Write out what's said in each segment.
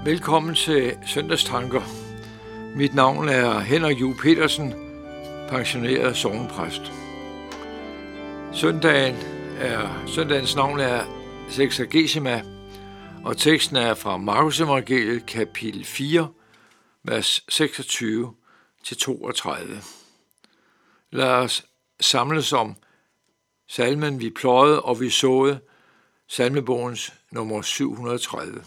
Velkommen til Søndagstanker. Mit navn er Henrik Juel Petersen, pensioneret sognepræst. Søndagens navn er Sexagesima, og teksten er fra Markus Evangeliet, kapitel 4, vers 26-32. Lad os samles om salmen Vi pløjede og vi såede, salmebogens nummer 730.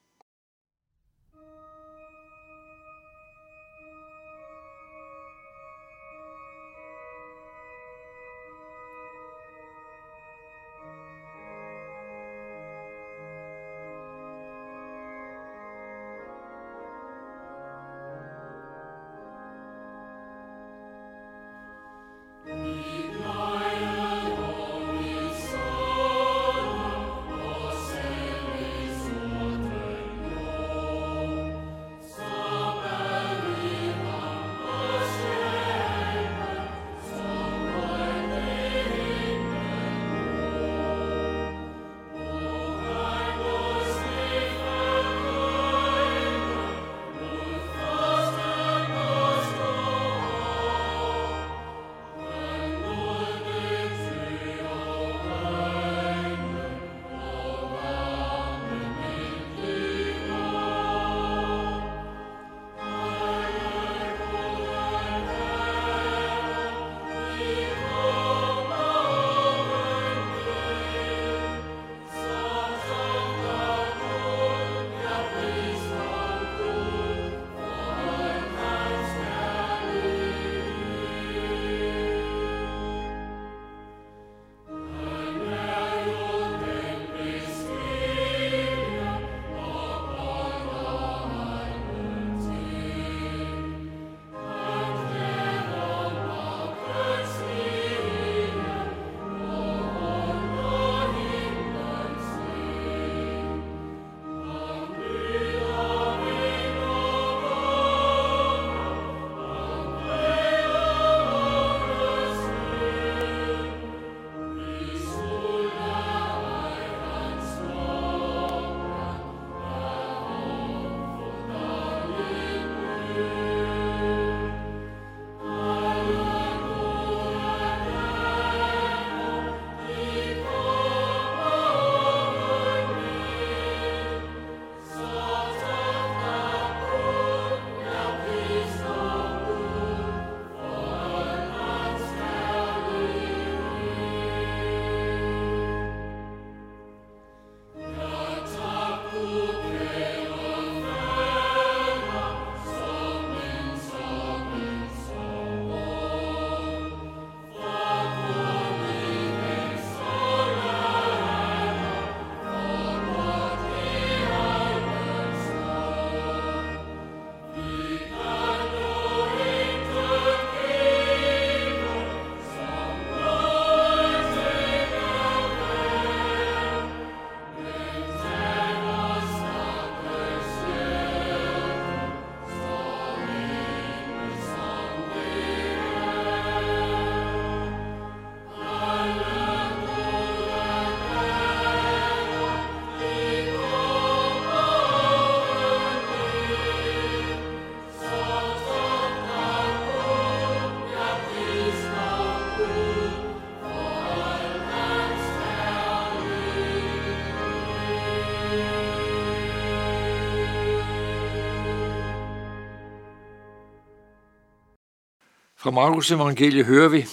Fra Markus Evangeliet hører vi,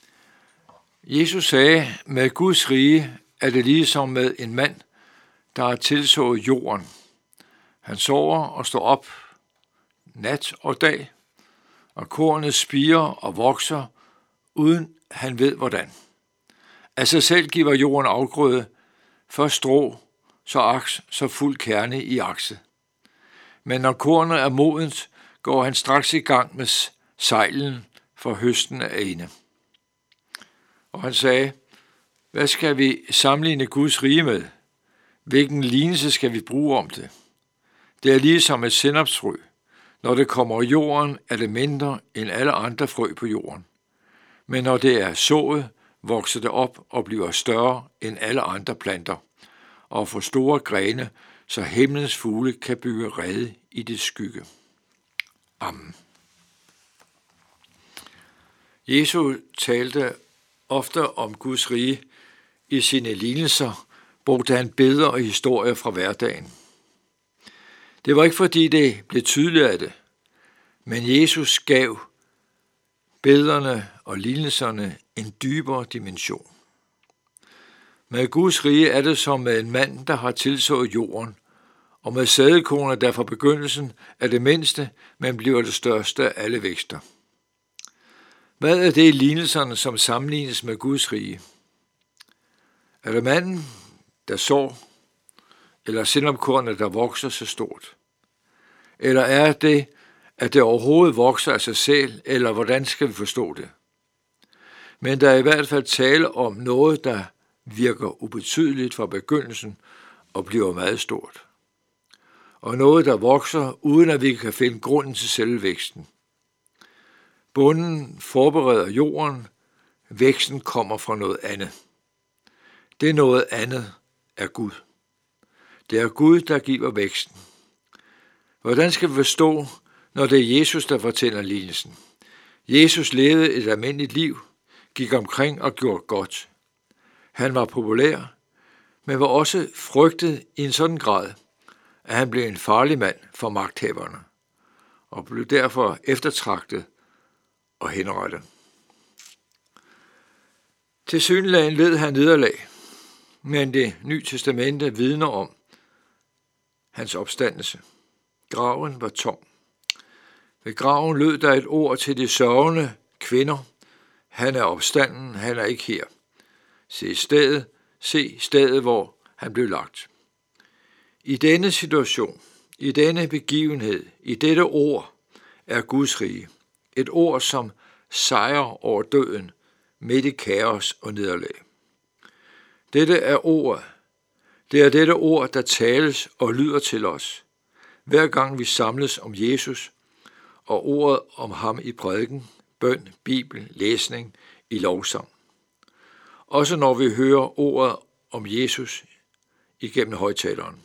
Jesus sagde, med Guds rige er det ligesom med en mand, der har tilsået jorden. Han sover og står op nat og dag, og kornet spirer og vokser, uden han ved hvordan. Af sig selv giver jorden afgrøde, først strå, så aks, så fuld kerne i akse. Men når kornet er modent, går han straks i gang med sejlen, for høsten er inde. Og han sagde, hvad skal vi sammenligne Guds rige med? Hvilken lignelse skal vi bruge om det? Det er ligesom et sennepsfrø. Når det kommer i jorden, er det mindre end alle andre frø på jorden. Men når det er sået, vokser det op og bliver større end alle andre planter, og får store grene, så himlens fugle kan bygge rede i det skygge. Amen. Jesus talte ofte om Guds rige. I sine lignelser brugte han billeder og historier fra hverdagen. Det var ikke fordi det blev tydeligt af det, men Jesus gav billederne og lignelserne en dybere dimension. Med Guds rige er det som med en mand, der har tilsået jorden, og med sædekorner, der fra begyndelsen er det mindste, men bliver det største af alle vækster. Hvad er det i lignelserne, som sammenlignes med Guds rige? Er det manden, der sår, eller sennepkornet, der vokser så stort? Eller er det, at det overhovedet vokser af sig selv, eller hvordan skal vi forstå det? Men der er i hvert fald tale om noget, der virker ubetydeligt fra begyndelsen og bliver meget stort. Og noget, der vokser, uden at vi kan finde grunden til selve væksten. Bonden forbereder jorden, væksten kommer fra noget andet. Det noget andet er Gud. Det er Gud, der giver væksten. Hvordan skal vi forstå, når det er Jesus, der fortæller lignelsen? Jesus levede et almindeligt liv, gik omkring og gjorde godt. Han var populær, men var også frygtet i en sådan grad, at han blev en farlig mand for magthaverne, og blev derfor eftertragtet og henrettet. Tilsyneladende led han nederlag, men Det Nye Testamente vidner om hans opstandelse. Graven var tom. Ved graven lød der et ord til de sørgende kvinder. Han er opstanden, han er ikke her. Se stedet, hvor han blev lagt. I denne situation, i denne begivenhed, i dette ord, er Guds rige. Et ord, som sejrer over døden, midt i kaos og nederlag. Dette er ordet. Det er dette ord, der tales og lyder til os, hver gang vi samles om Jesus og ordet om ham i prædiken, bøn, bibel, læsning, i lovsang. Også når vi hører ordet om Jesus igennem højtaleren.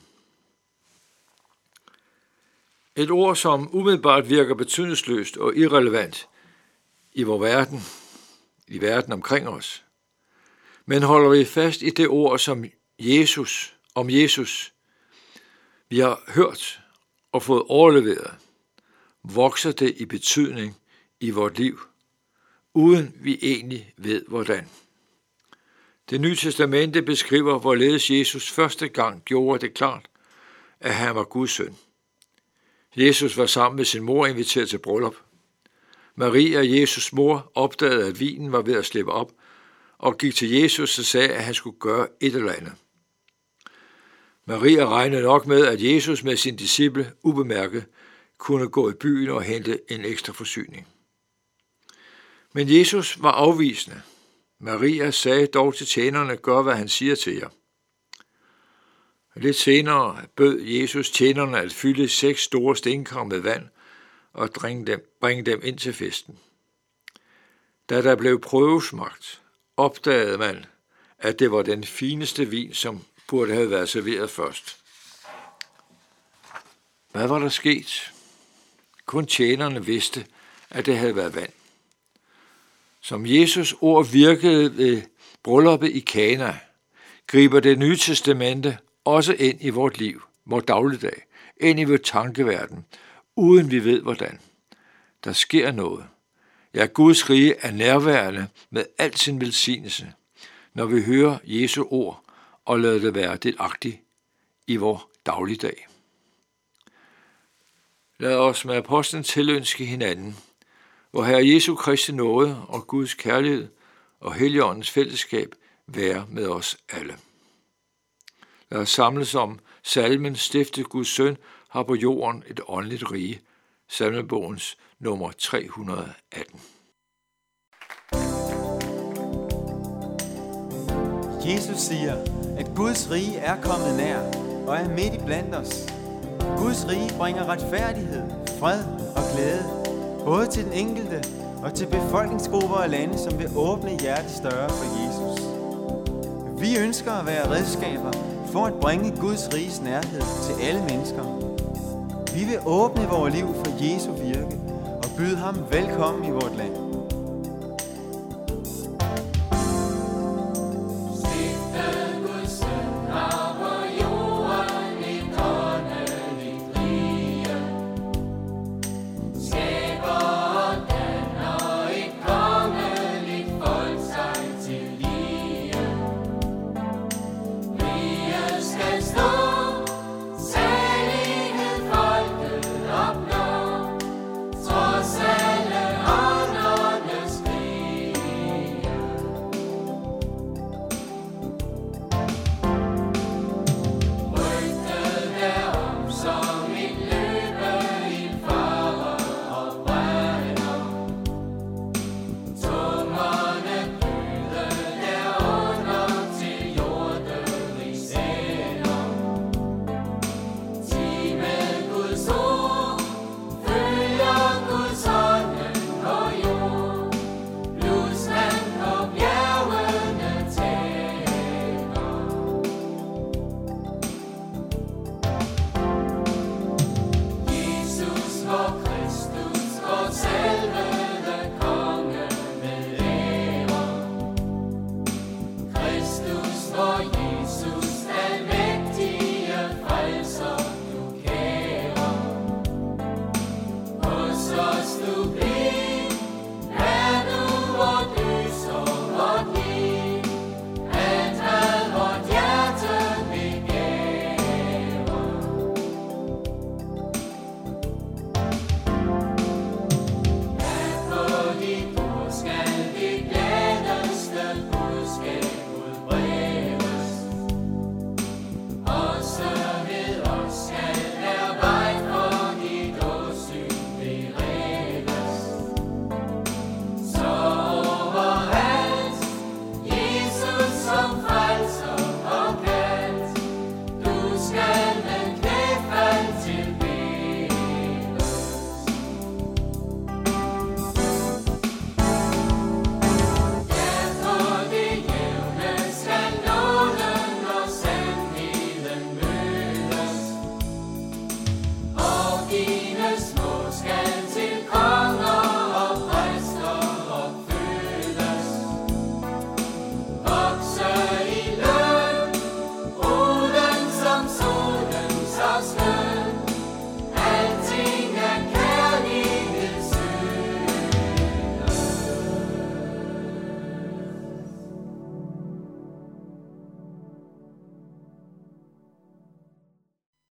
Et ord, som umiddelbart virker betydningsløst og irrelevant i vores verden, i verden omkring os. Men holder vi fast i det ord om Jesus, vi har hørt og fået overleveret, vokser det i betydning i vort liv, uden vi egentlig ved hvordan. Det Nye Testamente beskriver, hvorledes Jesus første gang gjorde det klart, at han var Guds søn. Jesus var sammen med sin mor inviteret til bryllup. Maria, Jesus' mor, opdagede, at vinen var ved at slippe op, og gik til Jesus og sagde, at han skulle gøre et eller andet. Maria regnede nok med, at Jesus med sin disciple ubemærket kunne gå i byen og hente en ekstra forsyning. Men Jesus var afvisende. Maria sagde dog til tjenerne, gør hvad han siger til jer. Lidt senere bød Jesus tjenerne at fylde 6 store stenkar med vand og bringe dem ind til festen. Da der blev prøvesmagt, opdagede man, at det var den fineste vin, som burde have været serveret først. Hvad var der sket? Kun tjenerne vidste, at det havde været vand. Som Jesus ord virkede ved brylluppet i Kana, griber Det Nye Testamente også ind i vort liv, vores dagligdag, ind i vores tankeverden, uden vi ved hvordan. Der sker noget. Ja, Guds rige er nærværende med al sin velsignelse, når vi hører Jesu ord og lader det være delagtigt i vores dagligdag. Lad os med apostlen tilønske hinanden, hvor Herre Jesu Kristi nåde og Guds kærlighed og Helligåndens fællesskab være med os alle. Lad os samles om salmen Stiftet Guds søn har på jorden et åndeligt rige, salmebogens nummer 318. Jesus siger, at Guds rige er kommet nær og er midt i blandt os. Guds rige bringer retfærdighed, fred og glæde, både til den enkelte og til befolkningsgrupper og lande, som vil åbne hjertet større for Jesus. Vi ønsker at være redskaber for at bringe Guds riges nærhed til alle mennesker. Vi vil åbne vores liv for Jesu virke og byde ham velkommen i vort land.